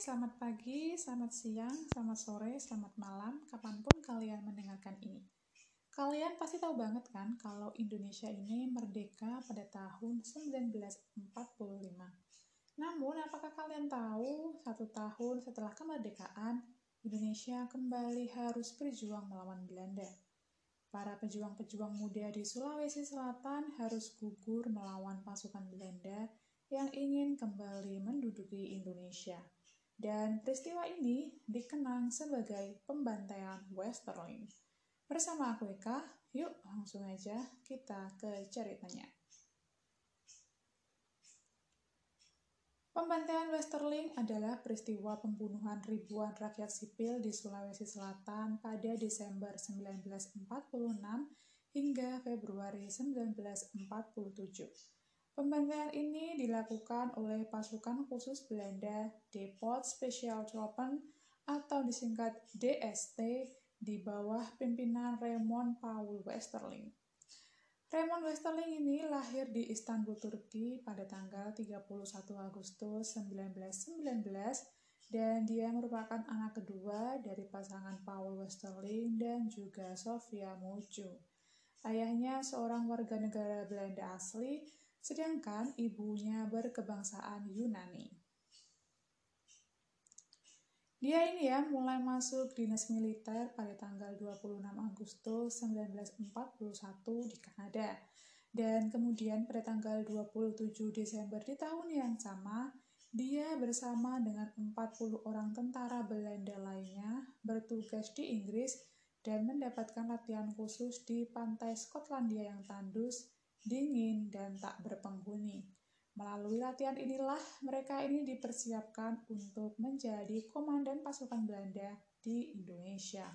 selamat pagi, selamat siang, selamat sore, selamat malam, kapanpun kalian mendengarkan ini. Kalian pasti tahu banget kan kalau Indonesia ini merdeka pada tahun 1945. Namun, apakah kalian tahu 1 tahun setelah kemerdekaan, Indonesia kembali harus berjuang melawan Belanda? Para pejuang-pejuang muda di Sulawesi Selatan harus gugur melawan pasukan Belanda yang ingin kembali menduduki Indonesia. Dan peristiwa ini dikenang sebagai pembantaian Westerling. Bersama aku Eka, yuk langsung aja kita ke ceritanya. Pembantaian Westerling adalah peristiwa pembunuhan ribuan rakyat sipil di Sulawesi Selatan pada Desember 1946 hingga Februari 1947. Pembantaian ini dilakukan oleh pasukan khusus Belanda Depot Special Troepen atau disingkat DST di bawah pimpinan Raymond Paul Westerling. Raymond Westerling ini lahir di Istanbul, Turki pada tanggal 31 Agustus 1919 dan dia merupakan anak kedua dari pasangan Paul Westerling dan juga Sofia Mucu. Ayahnya seorang warga negara Belanda asli, sedangkan ibunya berkebangsaan Yunani. Dia ini mulai masuk dinas militer pada tanggal 26 Agustus 1941 di Kanada. Dan kemudian pada tanggal 27 Desember di tahun yang sama, dia bersama dengan 40 orang tentara Belanda lainnya bertugas di Inggris dan mendapatkan latihan khusus di pantai Skotlandia yang tandus, dingin, dan tak berpenghuni. Melalui latihan inilah mereka ini dipersiapkan untuk menjadi komandan pasukan Belanda di Indonesia.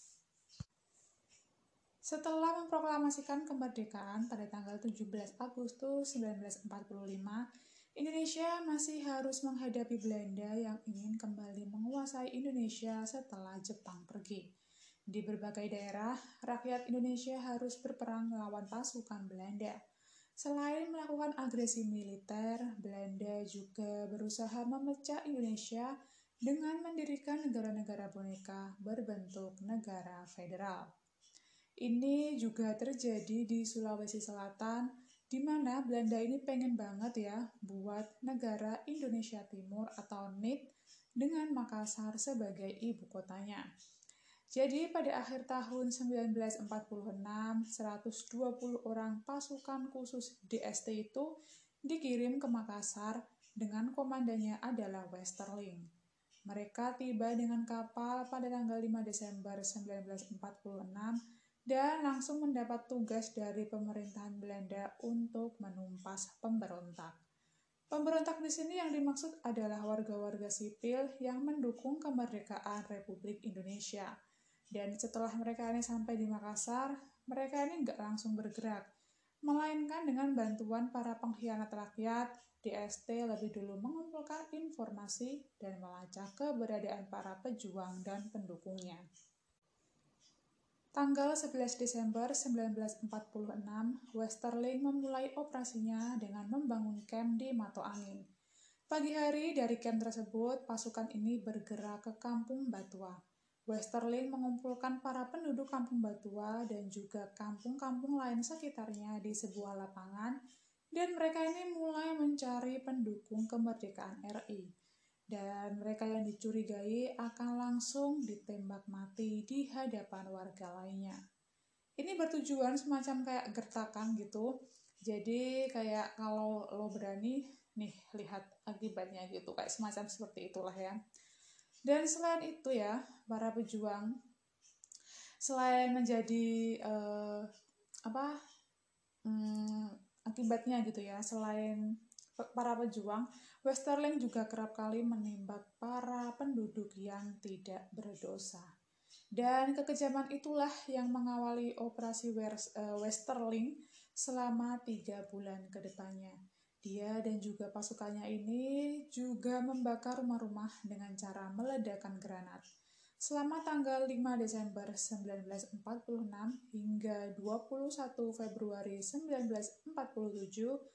Setelah memproklamasikan kemerdekaan pada tanggal 17 Agustus 1945, Indonesia masih harus menghadapi Belanda yang ingin kembali menguasai Indonesia setelah Jepang pergi. Di berbagai daerah, rakyat Indonesia harus berperang melawan pasukan Belanda. Selain melakukan agresi militer, Belanda juga berusaha memecah Indonesia dengan mendirikan negara-negara boneka berbentuk negara federal. Ini juga terjadi di Sulawesi Selatan, di mana Belanda ini pengen banget buat negara Indonesia Timur atau NIT dengan Makassar sebagai ibu kotanya. Jadi pada akhir tahun 1946, 120 orang pasukan khusus DST itu dikirim ke Makassar dengan komandannya adalah Westerling. Mereka tiba dengan kapal pada tanggal 5 Desember 1946 dan langsung mendapat tugas dari pemerintahan Belanda untuk menumpas pemberontak. Pemberontak di sini yang dimaksud adalah warga-warga sipil yang mendukung kemerdekaan Republik Indonesia. Dan setelah mereka ini sampai di Makassar, mereka ini nggak langsung bergerak, melainkan dengan bantuan para pengkhianat rakyat, DST lebih dulu mengumpulkan informasi dan melacak keberadaan para pejuang dan pendukungnya. Tanggal 11 Desember 1946, Westerling memulai operasinya dengan membangun camp di Mato Angin. Pagi hari dari camp tersebut, pasukan ini bergerak ke Kampung Batua. Westerling mengumpulkan para penduduk Kampung Batua dan juga kampung-kampung lain sekitarnya di sebuah lapangan, dan mereka ini mulai mencari pendukung kemerdekaan RI. Dan mereka yang dicurigai akan langsung ditembak mati di hadapan warga lainnya. Ini bertujuan semacam kayak gertakan gitu. Jadi kayak kalau lo berani, nih lihat akibatnya gitu, kayak semacam seperti itulah ya. Dan selain itu para pejuang selain menjadi akibatnya gitu selain para pejuang, Westerling juga kerap kali menembak para penduduk yang tidak berdosa. Dan kekejaman itulah yang mengawali operasi Westerling selama 3 bulan ke depannya. Dia dan juga pasukannya ini juga membakar rumah-rumah dengan cara meledakkan granat. Selama tanggal 5 Desember 1946 hingga 21 Februari 1947,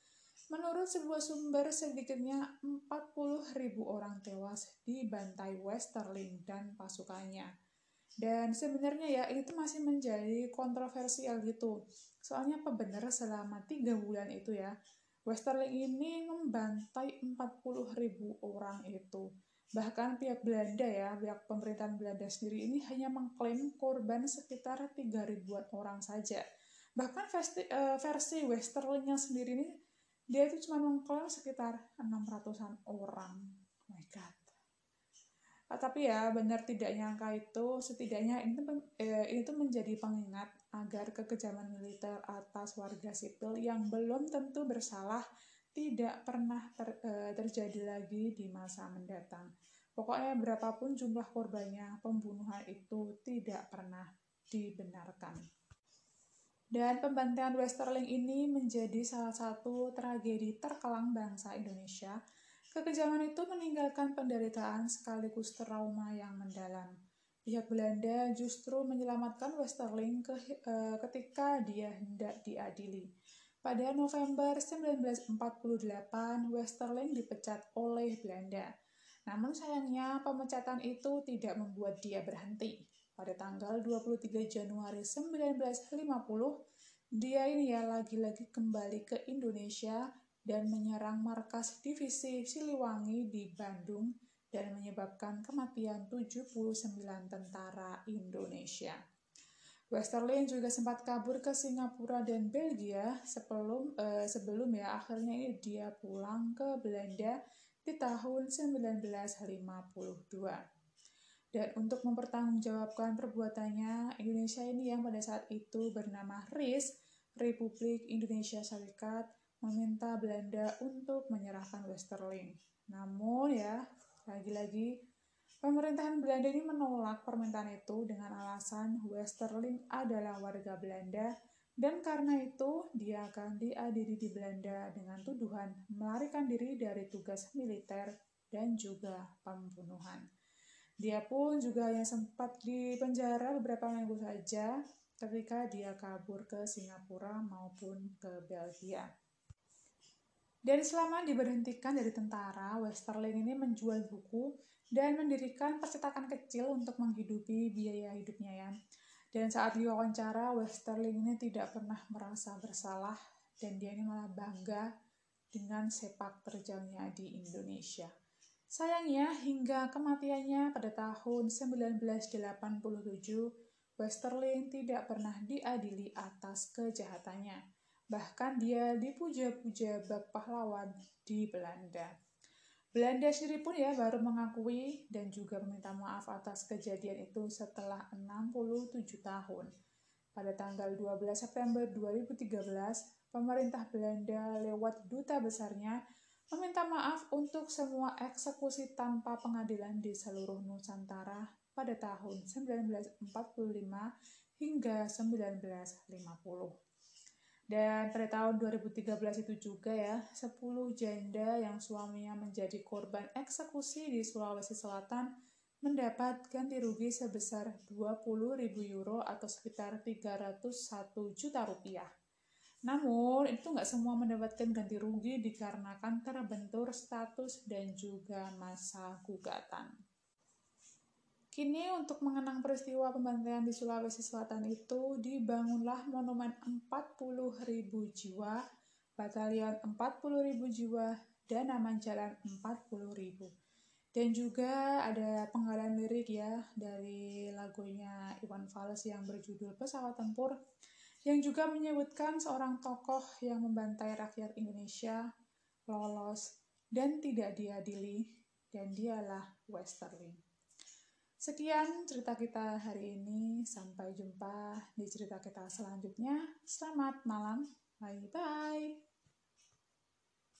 Menurut sebuah sumber, sedikitnya 40.000 orang tewas dibantai Westerling dan pasukannya. Dan sebenarnya ya, itu masih menjadi kontroversial gitu. Soalnya apa benar selama 3 bulan itu ya, Westerling ini membantai 40.000 orang itu. Bahkan pihak Belanda ya, pihak pemerintahan Belanda sendiri ini hanya mengklaim korban sekitar 3.000-an orang saja. Bahkan versi Westerlingnya sendiri ini, dia itu cuma mengklaim sekitar 600-an orang. Oh my God. Tapi ya benar tidak nyangka itu, setidaknya ini tuh menjadi pengingat agar kekejaman militer atas warga sipil yang belum tentu bersalah tidak pernah terjadi lagi di masa mendatang. Pokoknya berapapun jumlah korbannya, pembunuhan itu tidak pernah dibenarkan. Dan pembantaian Westerling ini menjadi salah satu tragedi terkelang bangsa Indonesia. Kekejaman itu meninggalkan penderitaan sekaligus trauma yang mendalam. Pihak Belanda justru menyelamatkan Westerling ketika dia hendak diadili. Pada November 1948, Westerling dipecat oleh Belanda. Namun sayangnya pemecatan itu tidak membuat dia berhenti. Pada tanggal 23 Januari 1950, dia ini ya lagi-lagi kembali ke Indonesia dan menyerang markas divisi Siliwangi di Bandung dan menyebabkan kematian 79 tentara Indonesia. Westerling juga sempat kabur ke Singapura dan Belgia sebelum ya akhirnya dia pulang ke Belanda di tahun 1952. Dan untuk mempertanggungjawabkan perbuatannya, Indonesia ini yang pada saat itu bernama RIS, Republik Indonesia Serikat, meminta Belanda untuk menyerahkan Westerling. Namun ya, lagi-lagi pemerintahan Belanda ini menolak permintaan itu dengan alasan Westerling adalah warga Belanda dan karena itu dia akan diadili di Belanda dengan tuduhan melarikan diri dari tugas militer dan juga pembunuhan. Dia pun juga hanya sempat dipenjara beberapa minggu saja ketika dia kabur ke Singapura maupun ke Belgia. Dan selama diberhentikan dari tentara, Westerling ini menjual buku dan mendirikan percetakan kecil untuk menghidupi biaya hidupnya ya. Dan saat diwawancara, Westerling ini tidak pernah merasa bersalah dan dia ini malah bangga dengan sepak terjangnya di Indonesia. Sayangnya, hingga kematiannya pada tahun 1987, Westerling tidak pernah diadili atas kejahatannya. Bahkan dia dipuja-puja bak pahlawan di Belanda. Belanda sendiri pun ya baru mengakui dan juga meminta maaf atas kejadian itu setelah 67 tahun. Pada tanggal 12 September 2013, pemerintah Belanda lewat duta besarnya meminta maaf untuk semua eksekusi tanpa pengadilan di seluruh Nusantara pada tahun 1945 hingga 1950. Dan pada tahun 2013 itu juga ya, 10 janda yang suaminya menjadi korban eksekusi di Sulawesi Selatan mendapat ganti rugi sebesar 20.000 euro atau sekitar 301 juta rupiah. Namun, itu nggak semua mendapatkan ganti rugi dikarenakan terbentur status dan juga masa gugatan. Kini untuk mengenang peristiwa pembantaian di Sulawesi Selatan itu, dibangunlah monumen 40.000 jiwa, batalion 40.000 jiwa, dan nama jalan 40.000. Dan juga ada penggalan lirik ya dari lagunya Iwan Fals yang berjudul Pesawat Tempur, yang juga menyebutkan seorang tokoh yang membantai rakyat Indonesia, lolos, dan tidak diadili, dan dialah Westerling. Sekian cerita kita hari ini, sampai jumpa di cerita kita selanjutnya. Selamat malam, bye-bye.